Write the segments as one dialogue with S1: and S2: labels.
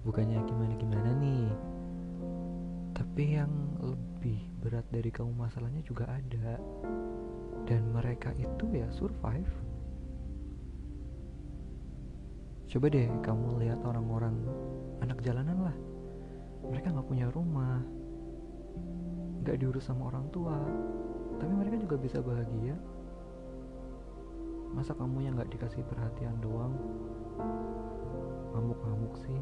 S1: Bukannya gimana-gimana nih, tapi yang lebih berat dari kamu masalahnya juga ada. Dan mereka itu ya survive. Coba deh kamu lihat orang-orang anak jalanan lah. Mereka gak punya rumah, gak diurus sama orang tua, tapi mereka juga bisa bahagia. Masa kamu yang gak dikasih perhatian doang ngamuk-ngamuk sih?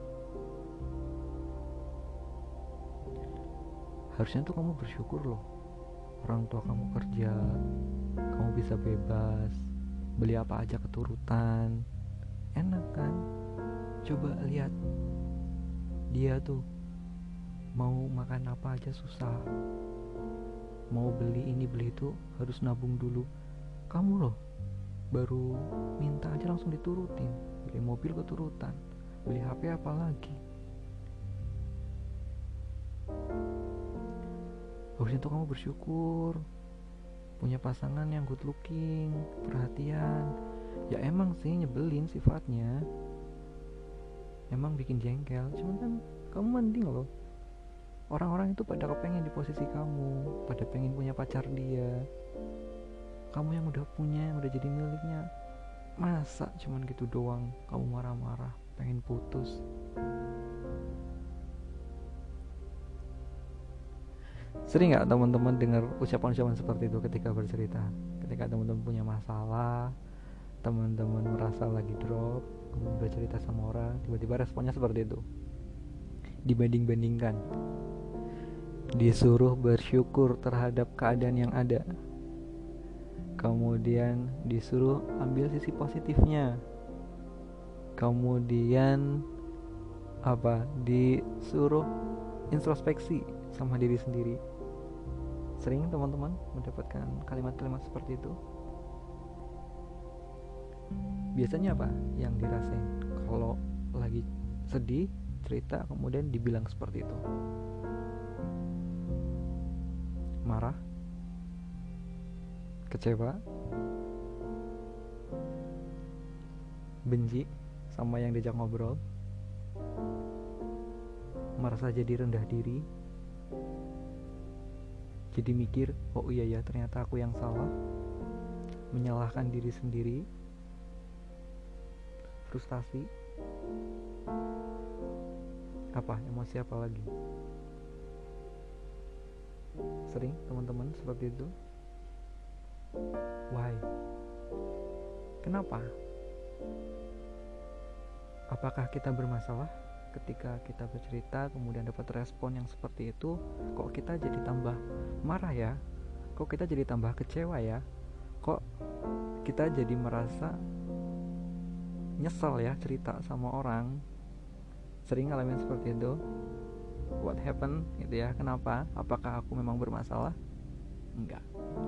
S1: Harusnya tuh kamu bersyukur loh. Orang tua kamu kerja, kamu bisa bebas, beli apa aja keturutan. Enak kan? Coba lihat, dia tuh mau makan apa aja susah, mau beli ini beli itu harus nabung dulu. Kamu loh baru minta aja langsung diturutin, beli mobil keturutan, beli HP apalagi. Harusnya tuh kamu bersyukur punya pasangan yang good looking, perhatian. Ya emang sih nyebelin sifatnya, emang bikin jengkel, cuman kan kamu mending loh. Orang-orang itu pada kepengen di posisi kamu, pada pengen punya pacar dia. Kamu yang udah punya, yang udah jadi miliknya, masa cuman gitu doang kamu marah-marah, pengen putus? Sering gak teman-teman dengar ucapan-ucapan seperti itu ketika bercerita? Ketika teman-teman punya masalah, teman-teman merasa lagi drop, kemudian bercerita sama orang, tiba-tiba responnya seperti itu. Dibanding-bandingkan, disuruh bersyukur terhadap keadaan yang ada, kemudian disuruh ambil sisi positifnya, kemudian disuruh introspeksi sama diri sendiri. Sering teman-teman mendapatkan kalimat-kalimat seperti itu? Biasanya apa yang dirasain kalau lagi sedih, cerita, kemudian dibilang seperti itu? Marah, kecewa, benci sama yang diajak ngobrol, merasa jadi rendah diri, jadi mikir, oh iya ya ternyata aku yang salah, menyalahkan diri sendiri, frustasi, emosi apa lagi? Sering teman-teman seperti itu? Why? Kenapa? Apakah kita bermasalah ketika kita bercerita kemudian dapat respon yang seperti itu? Kok kita jadi tambah marah ya? Kok kita jadi tambah kecewa ya? Kok kita jadi merasa nyesel ya cerita sama orang? Sering ngalamin seperti itu? What happened gitu ya? Kenapa? Apakah aku memang bermasalah? Enggak.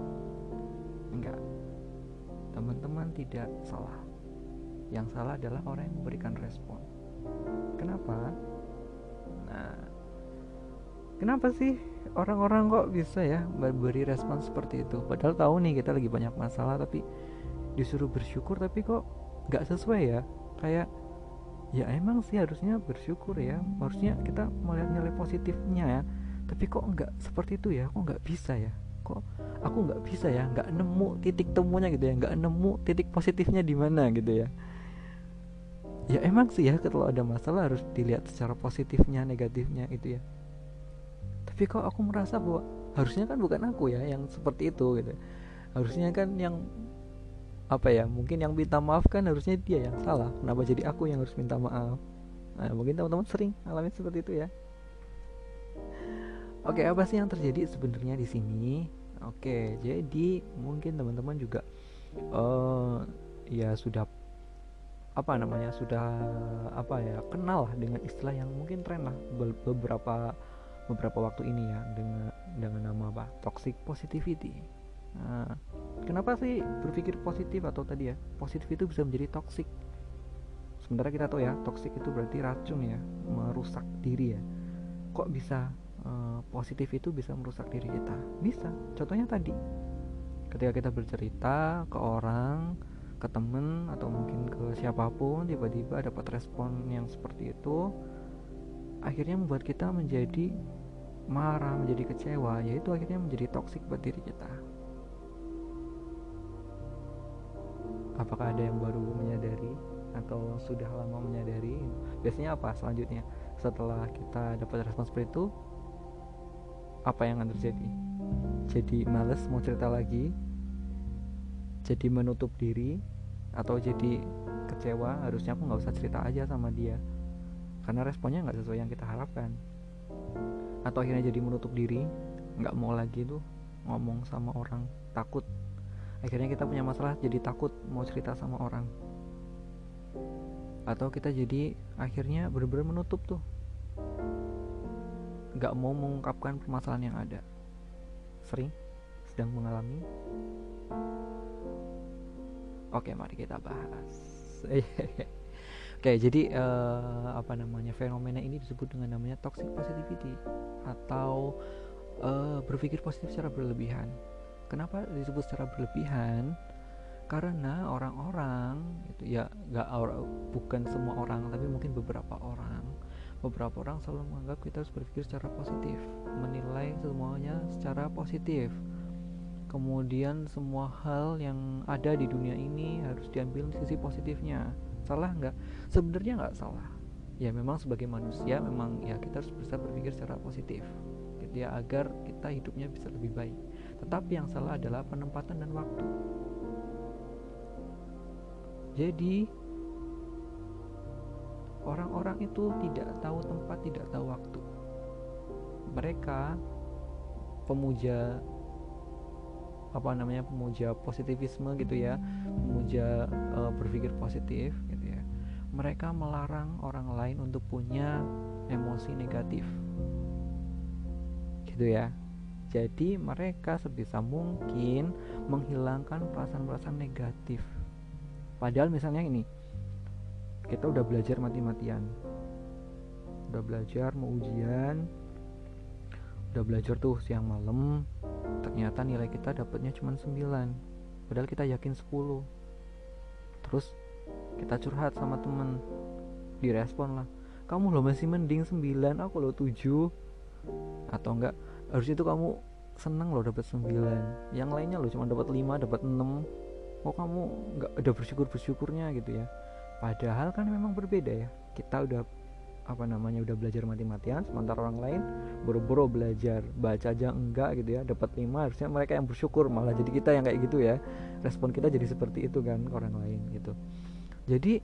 S1: Teman-teman tidak salah. Yang salah adalah orang yang memberikan respon. Kenapa? Nah, kenapa sih orang-orang kok bisa ya beri respon seperti itu? Padahal tahu nih kita lagi banyak masalah, tapi disuruh bersyukur tapi kok gak sesuai ya? Kayak ya emang sih harusnya bersyukur ya, harusnya kita melihat nilai positifnya ya, tapi kok nggak seperti itu ya? Kok nggak bisa ya? Kok aku nggak bisa ya? Nggak nemu titik temunya gitu ya? Nggak nemu titik positifnya di mana gitu ya? Ya emang sih ya kalau ada masalah harus dilihat secara positifnya, negatifnya gitu ya. Tapi kok aku merasa bahwa harusnya kan bukan aku ya yang seperti itu gitu. Harusnya kan yang mungkin yang minta maaf kan harusnya dia yang salah. Kenapa jadi aku yang harus minta maaf? Nah, mungkin teman-teman sering alami seperti itu ya. Oke, apa sih yang terjadi sebenarnya di sini? Oke, jadi mungkin teman-teman juga ya sudah kenal lah dengan istilah yang mungkin tren lah beberapa waktu ini ya, dengan nama toxic positivity. Nah, kenapa sih berpikir positif atau tadi ya positif itu bisa menjadi toxic? Sementara kita tahu ya toxic itu berarti racun ya, merusak diri ya. Kok bisa positif itu bisa merusak diri kita? Bisa. Contohnya tadi, ketika kita bercerita ke orang, ke temen atau mungkin ke siapapun, tiba-tiba dapat respon yang seperti itu, akhirnya membuat kita menjadi marah, menjadi kecewa, yaitu akhirnya menjadi toksik buat diri kita. Apakah ada yang baru menyadari atau sudah lama menyadari? Biasanya apa selanjutnya setelah kita dapat respon seperti itu? Apa yang akan terjadi? Jadi males mau cerita lagi, jadi menutup diri, atau jadi kecewa, harusnya aku gak usah cerita aja sama dia karena responnya gak sesuai yang kita harapkan. Atau akhirnya jadi menutup diri, gak mau lagi tuh ngomong sama orang, takut. Akhirnya kita punya masalah, jadi takut mau cerita sama orang. Atau kita jadi akhirnya benar-benar menutup tuh, gak mau mengungkapkan permasalahan yang ada. Sering sedang mengalami. Oke, mari kita bahas. Oke, jadi fenomena ini disebut dengan namanya toxic positivity atau berpikir positif secara berlebihan. Kenapa disebut secara berlebihan? Karena orang-orang itu ya bukan semua orang, tapi mungkin beberapa orang selalu menganggap kita harus berpikir secara positif, menilai semuanya secara positif. Kemudian semua hal yang ada di dunia ini harus diambil sisi positifnya. Salah nggak? Sebenarnya nggak salah. Ya memang sebagai manusia memang ya kita harus bisa berpikir secara positif, gitu ya, agar kita hidupnya bisa lebih baik. Tetapi yang salah adalah penempatan dan waktu. Jadi orang-orang itu tidak tahu tempat, tidak tahu waktu. Mereka pemuja positivisme gitu ya, pemuja berpikir positif gitu ya. Mereka melarang orang lain untuk punya emosi negatif gitu ya. Jadi mereka sebisa mungkin menghilangkan perasaan-perasaan negatif. Padahal misalnya ini, kita udah belajar mati-matian, udah belajar mau ujian, udah belajar tuh siang malam, ternyata nilai kita dapatnya cuma 9, padahal kita yakin 10. Terus kita curhat sama temen, direspon lah, kamu lo masih mending 9, aku lo 7. Atau enggak, harusnya itu kamu seneng lo dapat 9, yang lainnya lo cuma dapat 5, dapat 6, kok kamu enggak ada bersyukurnya gitu ya. Padahal kan memang berbeda ya, kita udah udah belajar mati-matian, sementara orang lain boro-boro belajar baca aja enggak gitu ya, dapat 5, harusnya mereka yang bersyukur, malah jadi kita yang kayak gitu ya. Respon kita jadi seperti itu kan ke orang lain gitu. Jadi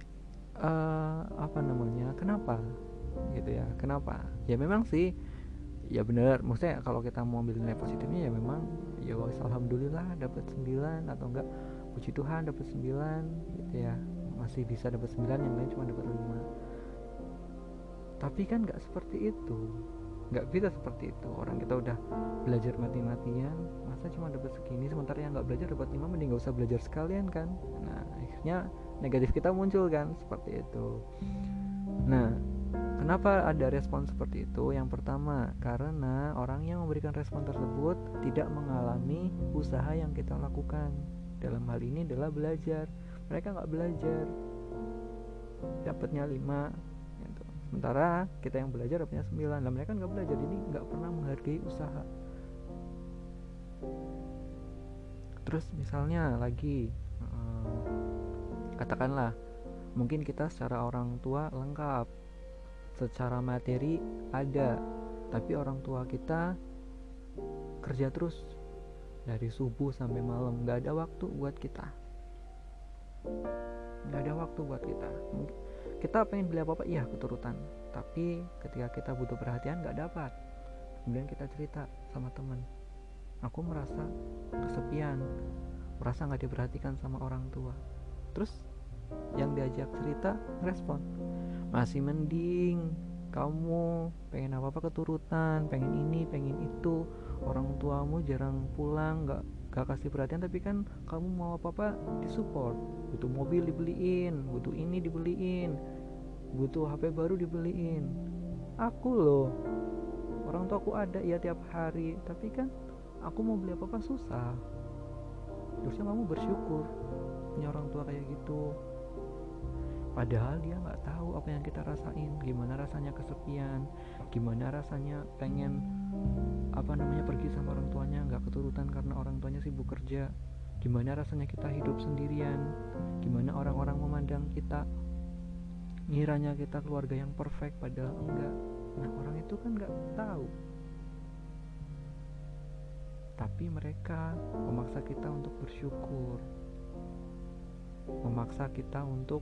S1: kenapa gitu ya, kenapa ya, memang sih ya benar, maksudnya kalau kita mau ambil nilai positifnya ya memang ya alhamdulillah dapat 9, atau enggak puji Tuhan dapat 9 gitu ya, masih bisa dapat 9, yang lain cuma dapat 5. Tapi kan nggak seperti itu, nggak bisa seperti itu. Orang kita udah belajar mati-matian, masa cuma dapat segini, sementara yang nggak belajar dapat 5, mending nggak usah belajar sekalian kan. Nah akhirnya negatif kita muncul kan, seperti itu. Nah kenapa ada respon seperti itu? Yang pertama, karena orang yang memberikan respon tersebut tidak mengalami usaha yang kita lakukan. Dalam hal ini adalah belajar. Mereka nggak belajar, dapatnya 5 gitu. Sementara kita yang belajar dapatnya 9. Nah mereka nggak belajar, jadi nggak pernah menghargai usaha. Terus misalnya lagi katakanlah mungkin kita secara orang tua lengkap, secara materi ada, tapi orang tua kita kerja terus dari subuh sampai malam, nggak ada waktu buat kita, kita pengen beli apa-apa, iya keturutan, tapi ketika kita butuh perhatian nggak dapat. Kemudian kita cerita sama teman, aku merasa kesepian, merasa nggak diperhatikan sama orang tua. Terus yang diajak cerita respon, masih mending kamu pengen apa-apa keturutan, pengen ini, pengen itu, orang tuamu jarang pulang, gak kasih perhatian, tapi kan kamu mau apa-apa disupport, butuh mobil dibeliin, butuh ini dibeliin, butuh HP baru dibeliin. Aku loh, orang tuaku ada ya tiap hari, tapi kan aku mau beli apa-apa susah. Harusnya kamu bersyukur punya orang tua kayak gitu. padahal dia nggak tahu apa yang kita rasain, gimana rasanya kesepian, gimana rasanya pengen pergi sama orang tuanya nggak keturutan karena orang tuanya sibuk kerja, gimana rasanya kita hidup sendirian, gimana orang-orang memandang kita, ngiranya kita keluarga yang perfect padahal enggak. Nah, orang itu kan nggak tahu, tapi mereka memaksa kita untuk bersyukur, memaksa kita untuk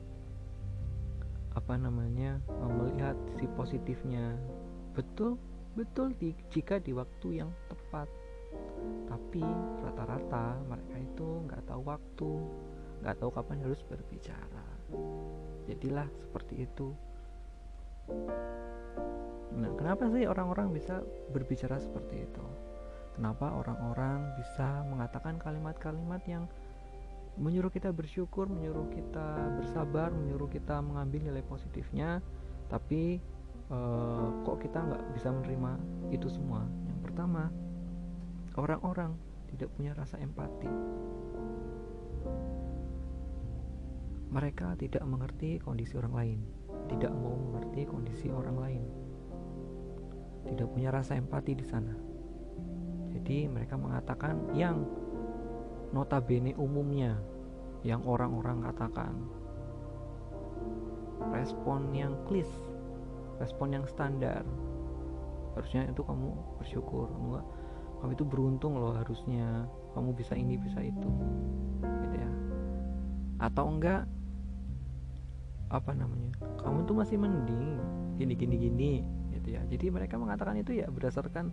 S1: melihat sisi positifnya. Betul jika di waktu yang tepat, tapi rata-rata mereka itu nggak tahu waktu, nggak tahu kapan harus berbicara. Jadilah seperti itu. Nah, kenapa sih orang-orang bisa berbicara seperti itu? Kenapa orang-orang bisa mengatakan kalimat-kalimat yang menyuruh kita bersyukur, menyuruh kita bersabar, menyuruh kita mengambil nilai positifnya, tapi kok kita nggak bisa menerima itu semua? Yang pertama, orang-orang tidak punya rasa empati. Mereka tidak mengerti kondisi orang lain, tidak mau mengerti kondisi orang lain, tidak punya rasa empati di sana. Jadi mereka mengatakan yang notabene umumnya, yang orang-orang katakan, respon yang klis, respon yang standar. Harusnya itu kamu bersyukur, kamu itu beruntung loh, harusnya kamu bisa ini bisa itu, gitu ya. Atau enggak, kamu tuh masih mending gini gitu ya. Jadi mereka mengatakan itu ya berdasarkan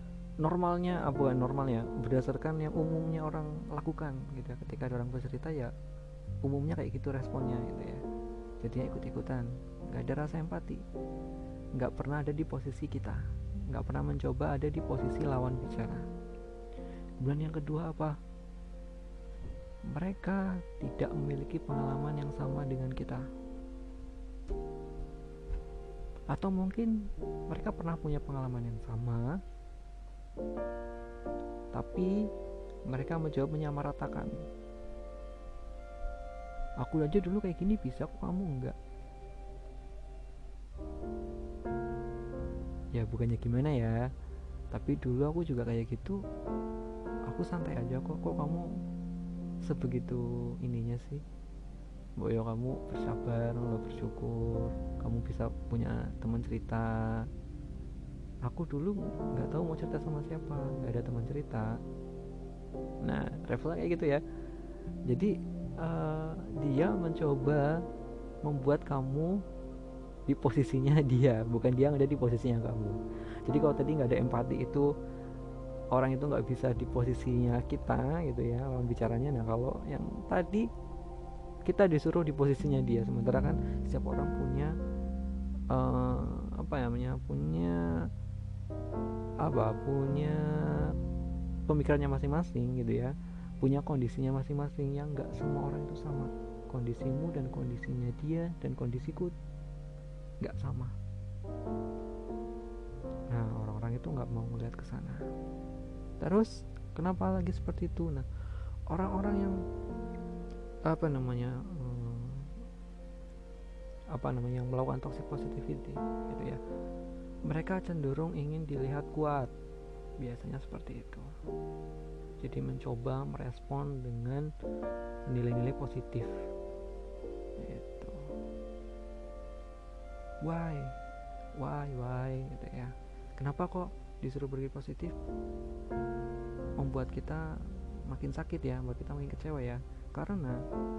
S1: berdasarkan yang umumnya orang lakukan gitu ya. Ketika ada orang bercerita ya umumnya kayak gitu responnya gitu ya. Jadinya ikut-ikutan, nggak ada rasa empati, nggak pernah ada di posisi kita, nggak pernah mencoba ada di posisi lawan bicara. Kemudian yang kedua apa? Mereka tidak memiliki pengalaman yang sama dengan kita. Atau mungkin mereka pernah punya pengalaman yang sama, tapi mereka mencoba menyamaratakan. Aku aja dulu kayak gini bisa, kok kamu enggak? Ya bukannya gimana ya, tapi dulu aku juga kayak gitu, aku santai aja kok kamu sebegitu ininya sih? Boyo, kamu bersabar, lo bersyukur, kamu bisa punya teman cerita. Aku dulu nggak tahu mau cerita sama siapa, nggak ada teman cerita. Nah, refleks kayak gitu ya. Jadi dia mencoba membuat kamu di posisinya dia, bukan dia yang ada di posisinya kamu. Jadi kalau tadi nggak ada empati itu, orang itu nggak bisa di posisinya kita gitu ya, lawan bicaranya. Nah, kalau yang tadi kita disuruh di posisinya dia, sementara kan setiap orang punya punya pemikirannya masing-masing gitu ya, punya kondisinya masing-masing yang nggak semua orang itu sama. Kondisimu dan kondisinya dia dan kondisiku nggak sama. Nah, orang-orang itu nggak mau melihat ke sana. Terus kenapa lagi seperti itu? Nah, orang-orang yang yang melakukan toxic positivity gitu ya, mereka cenderung ingin dilihat kuat, biasanya seperti itu. Jadi mencoba merespon dengan nilai-nilai positif gitu. Why gitu ya. Kenapa kok disuruh berpikir positif membuat kita makin sakit ya, membuat kita makin kecewa ya? Karena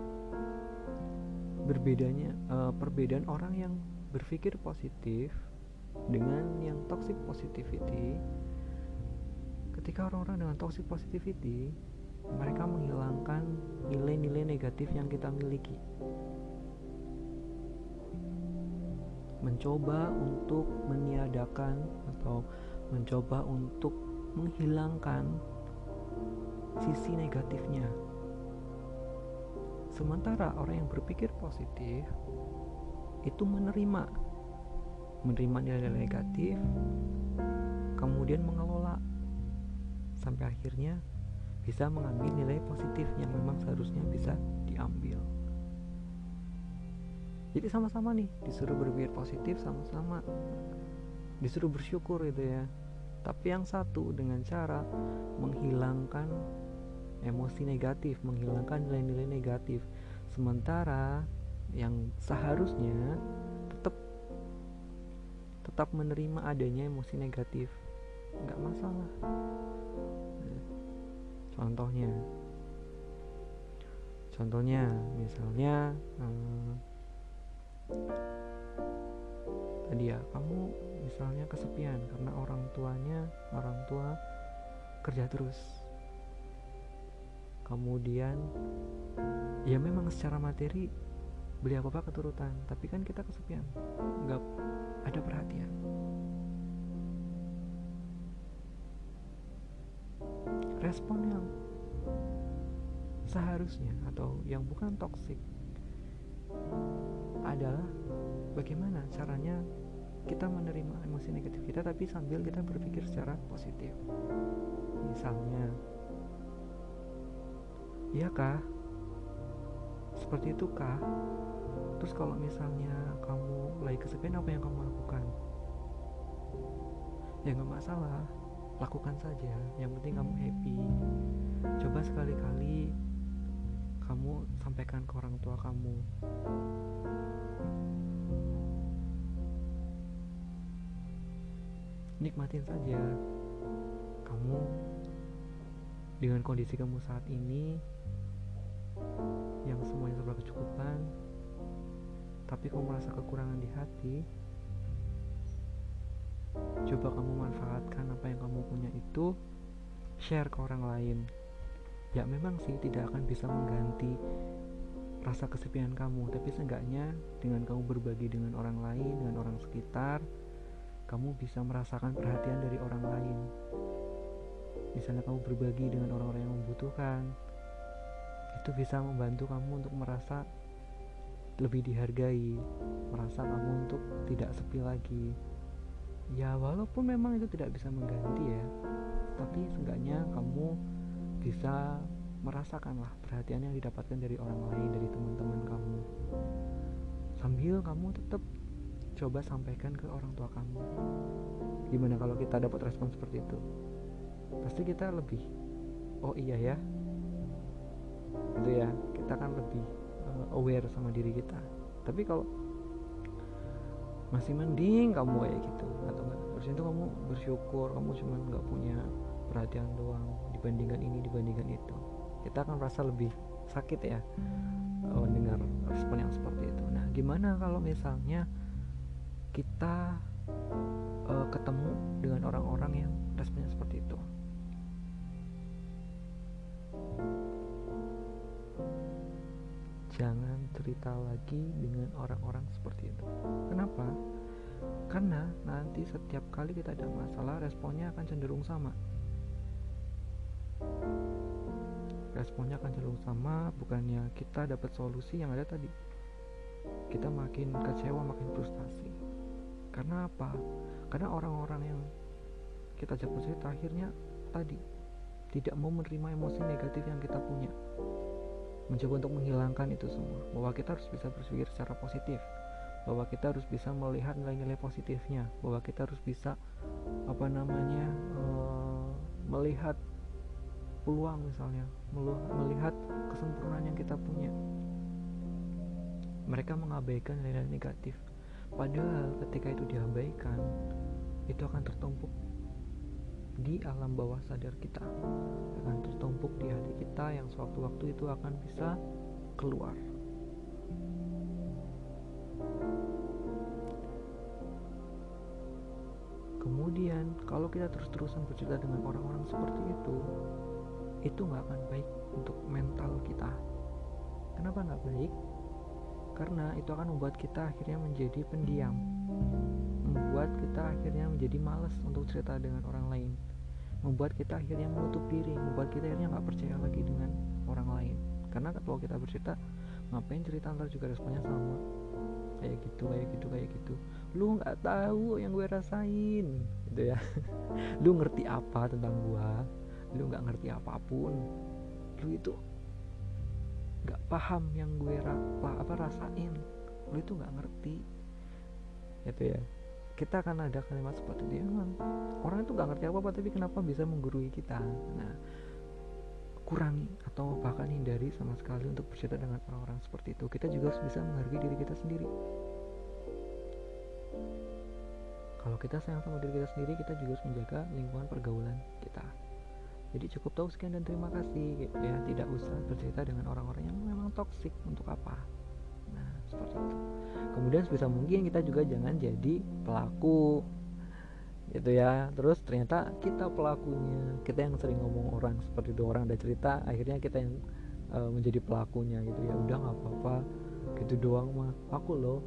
S1: perbedaan orang yang berpikir positif dengan yang toxic positivity. Ketika orang-orang dengan toxic positivity, mereka menghilangkan nilai-nilai negatif yang kita miliki, mencoba untuk meniadakan atau mencoba untuk menghilangkan sisi negatifnya. Sementara orang yang berpikir positif itu menerima nilai negatif, kemudian mengelola sampai akhirnya bisa mengambil nilai positif yang memang seharusnya bisa diambil. Jadi sama-sama nih disuruh berpikir positif, sama-sama disuruh bersyukur gitu ya. Tapi yang satu dengan cara menghilangkan emosi negatif, menghilangkan nilai-nilai negatif. Sementara yang seharusnya tetap menerima adanya emosi negatif, nggak masalah. Contohnya misalnya tadi ya, kamu misalnya kesepian karena orang tua kerja terus, kemudian ya memang secara materi beli apa keturutan, tapi kan kita kesepian, nggak ada perhatian. Respon yang seharusnya atau yang bukan toksik adalah bagaimana caranya kita menerima emosi negatif kita tapi sambil kita berpikir secara positif. Misalnya, iya kah? Seperti itu kah? Terus kalau misalnya kamu lagi kesepian, apa yang kamu lakukan? Ya gak masalah, lakukan saja, yang penting kamu happy. Coba sekali-kali kamu sampaikan ke orang tua kamu, nikmatin saja kamu dengan kondisi kamu saat ini yang semuanya serba kecukupan, tapi kamu merasa kekurangan di hati. Coba kamu manfaatkan apa yang kamu punya itu, share ke orang lain. Ya memang sih tidak akan bisa mengganti rasa kesepian kamu, tapi seenggaknya dengan kamu berbagi dengan orang lain, dengan orang sekitar, kamu bisa merasakan perhatian dari orang lain. Misalnya kamu berbagi dengan orang-orang yang membutuhkan, itu bisa membantu kamu untuk merasa lebih dihargai, merasa kamu untuk tidak sepi lagi. Ya walaupun memang itu tidak bisa mengganti ya, tapi seenggaknya kamu bisa merasakanlah perhatian yang didapatkan dari orang lain, dari teman-teman kamu, sambil kamu tetap coba sampaikan ke orang tua kamu. Gimana kalau kita dapat respon seperti itu? Pasti kita lebih, oh iya ya, gitu ya, kita kan lebih aware sama diri kita. Tapi kalau masih mending kamu kayak gitu, atau enggak, harusnya itu kamu bersyukur kamu cuman nggak punya perhatian doang dibandingkan ini dibandingkan itu, kita akan merasa lebih sakit ya mendengar respon yang seperti itu. Nah gimana kalau misalnya kita ketemu dengan orang-orang yang responnya seperti itu? Jangan cerita lagi dengan orang-orang seperti itu. Kenapa? Karena nanti setiap kali kita ada masalah, responnya akan cenderung sama. Responnya akan cenderung sama, bukannya kita dapat solusi, yang ada tadi kita makin kecewa, makin frustasi. Karena apa? Karena orang-orang yang kita ajak cerita akhirnya tadi tidak mau menerima emosi negatif yang kita punya, mencoba untuk menghilangkan itu semua. Bahwa kita harus bisa berpikir secara positif, bahwa kita harus bisa melihat nilai-nilai positifnya, bahwa kita harus bisa melihat peluang, misalnya melihat kesempurnaan yang kita punya. Mereka mengabaikan nilai-nilai negatif, padahal ketika itu diabaikan, itu akan tertumpuk di alam bawah sadar kita, akan tertumpuk di hati kita yang sewaktu-waktu itu akan bisa keluar. Kemudian kalau kita terus-terusan bercerita dengan orang-orang seperti itu gak akan baik untuk mental kita. Kenapa gak baik? Karena itu akan membuat kita akhirnya menjadi pendiam, membuat kita akhirnya menjadi malas untuk cerita dengan orang lain, membuat kita akhirnya menutup diri, membuat kita akhirnya gak percaya lagi dengan orang lain. Karena kalau kita bercerita, ngapain cerita ntar juga responnya sama, kayak gitu. Lu gak tahu yang gue rasain gitu ya. Lu ngerti apa tentang gue? Lu gak ngerti apapun. Lu itu gak paham yang gue rasain. lo itu nggak ngerti gitu ya. Kita akan ada kalimat seperti itu, emang orang itu nggak ngerti apa-apa tapi kenapa bisa menggurui kita. Nah, kurangi atau bahkan hindari sama sekali untuk bercerita dengan orang-orang seperti itu. Kita juga harus bisa menghargai diri kita sendiri. Kalau kita sayang sama diri kita sendiri, kita juga harus menjaga lingkungan pergaulan kita. Jadi cukup tahu sekian dan terima kasih gitu ya. Tidak usah bercerita dengan orang-orang yang memang toksik, untuk apa. Nah, seperti itu. Kemudian sebisa mungkin kita juga jangan jadi pelaku gitu ya. Terus ternyata kita pelakunya, kita yang sering ngomong orang seperti itu, orang ada cerita akhirnya kita yang menjadi pelakunya gitu ya. Udah nggak apa-apa gitu doang mah, aku loh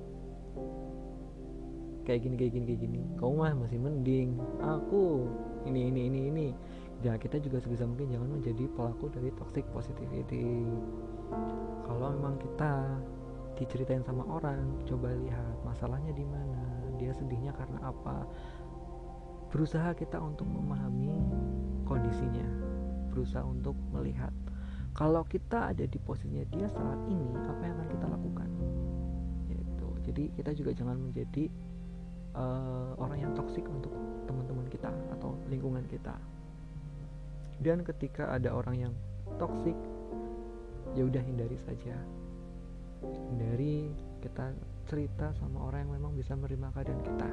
S1: kayak gini, kamu mah masih mending, aku ini. Ya kita juga sebisa mungkin jangan menjadi pelaku dari toxic positivity. Kalau memang kita diceritain sama orang, coba lihat masalahnya di mana, dia sedihnya karena apa. Berusaha kita untuk memahami kondisinya, berusaha untuk melihat kalau kita ada di posisinya dia saat ini, apa yang akan kita lakukan gitu. Jadi kita juga jangan menjadi orang yang toksik untuk teman-teman kita atau lingkungan kita. Dan ketika ada orang yang toksik, ya udah hindari saja. Hindari kita cerita sama orang yang memang bisa menerima keadaan kita.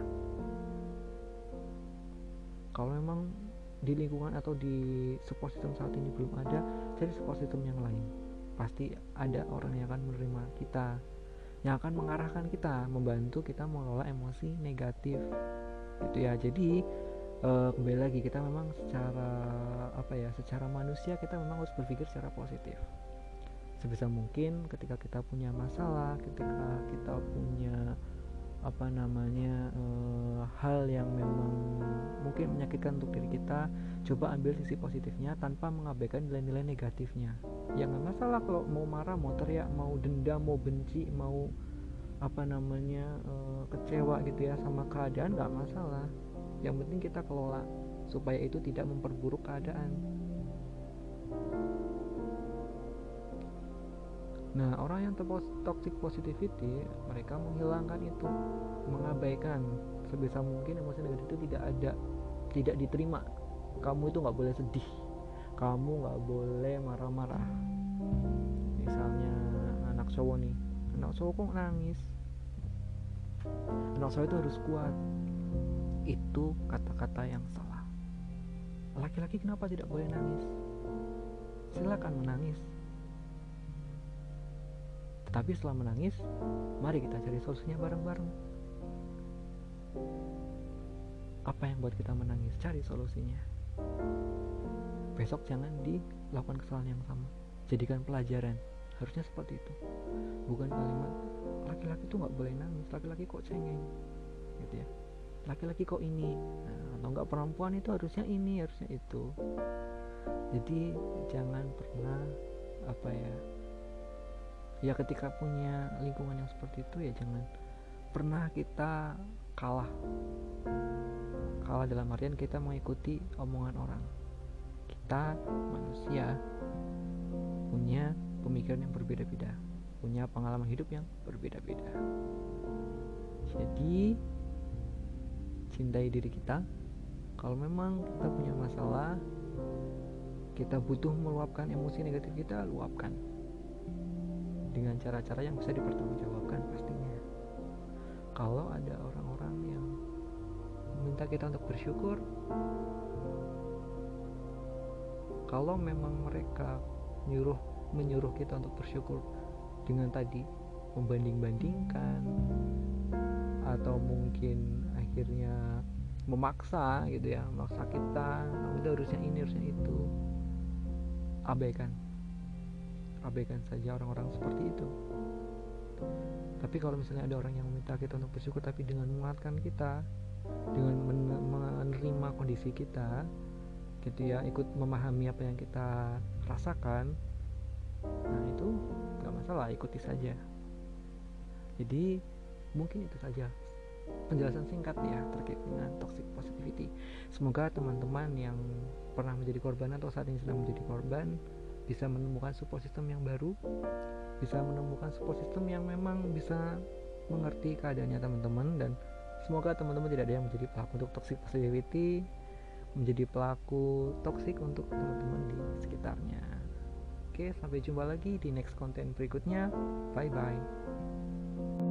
S1: Kalau memang di lingkungan atau di support system saat ini belum ada, cari support system yang lain. Pasti ada orang yang akan menerima kita, yang akan mengarahkan kita, membantu kita mengelola emosi negatif gitu ya. Jadi kembali lagi, kita memang secara manusia kita memang harus berpikir secara positif. Sebisa mungkin ketika kita punya masalah, ketika kita punya hal yang memang mungkin menyakitkan untuk diri kita, coba ambil sisi positifnya tanpa mengabaikan nilai-nilai negatifnya. Ya nggak masalah kalau mau marah, mau teriak, mau dendam, mau benci, mau kecewa gitu ya sama keadaan, nggak masalah. Yang penting kita kelola supaya itu tidak memperburuk keadaan. Nah, orang yang toxic positivity, mereka menghilangkan itu, mengabaikan sebisa mungkin emosi negatif itu tidak diterima. Kamu itu nggak boleh sedih, kamu nggak boleh marah-marah. Misalnya anak cowok kok nangis, anak cowok itu harus kuat. Itu kata-kata yang salah. Laki-laki kenapa tidak boleh nangis? Silakan menangis, tetapi setelah menangis, mari kita cari solusinya bareng-bareng. Apa yang buat kita menangis? Cari solusinya. Besok jangan dilakukan kesalahan yang sama. Jadikan pelajaran. Harusnya seperti itu. Bukan kalimat laki-laki tuh nggak boleh nangis, laki-laki kok cengeng, gitu ya. Laki-laki kok ini, atau enggak perempuan itu harusnya ini, harusnya itu. Jadi jangan pernah ya ketika punya lingkungan yang seperti itu, ya jangan pernah kita kalah dalam artian kita mengikuti omongan orang. Kita manusia punya pemikiran yang berbeda-beda, punya pengalaman hidup yang berbeda-beda. Jadi cintai diri kita. Kalau memang kita punya masalah, kita butuh meluapkan emosi negatif kita, luapkan dengan cara-cara yang bisa dipertanggungjawabkan pastinya. Kalau ada orang-orang yang meminta kita untuk bersyukur, kalau memang mereka menyuruh kita untuk bersyukur dengan tadi membanding-bandingkan, atau mungkin akhirnya memaksa gitu ya, memaksa kita, kamu itu harusnya ini, harusnya itu, abaikan saja orang-orang seperti itu. Tapi kalau misalnya ada orang yang meminta kita untuk bersyukur tapi dengan menguatkan kita, dengan menerima kondisi kita gitu ya, ikut memahami apa yang kita rasakan, nah itu gak masalah, ikuti saja. Jadi mungkin itu saja penjelasan singkat ya terkait dengan toxic positivity. Semoga teman-teman yang pernah menjadi korban atau saat ini sedang menjadi korban bisa menemukan support system yang baru, bisa menemukan support system yang memang bisa mengerti keadaannya teman-teman, dan semoga teman-teman tidak ada yang menjadi pelaku untuk toxic positivity, menjadi pelaku toxic untuk teman-teman di sekitarnya. Oke, sampai jumpa lagi di next konten berikutnya. Bye bye.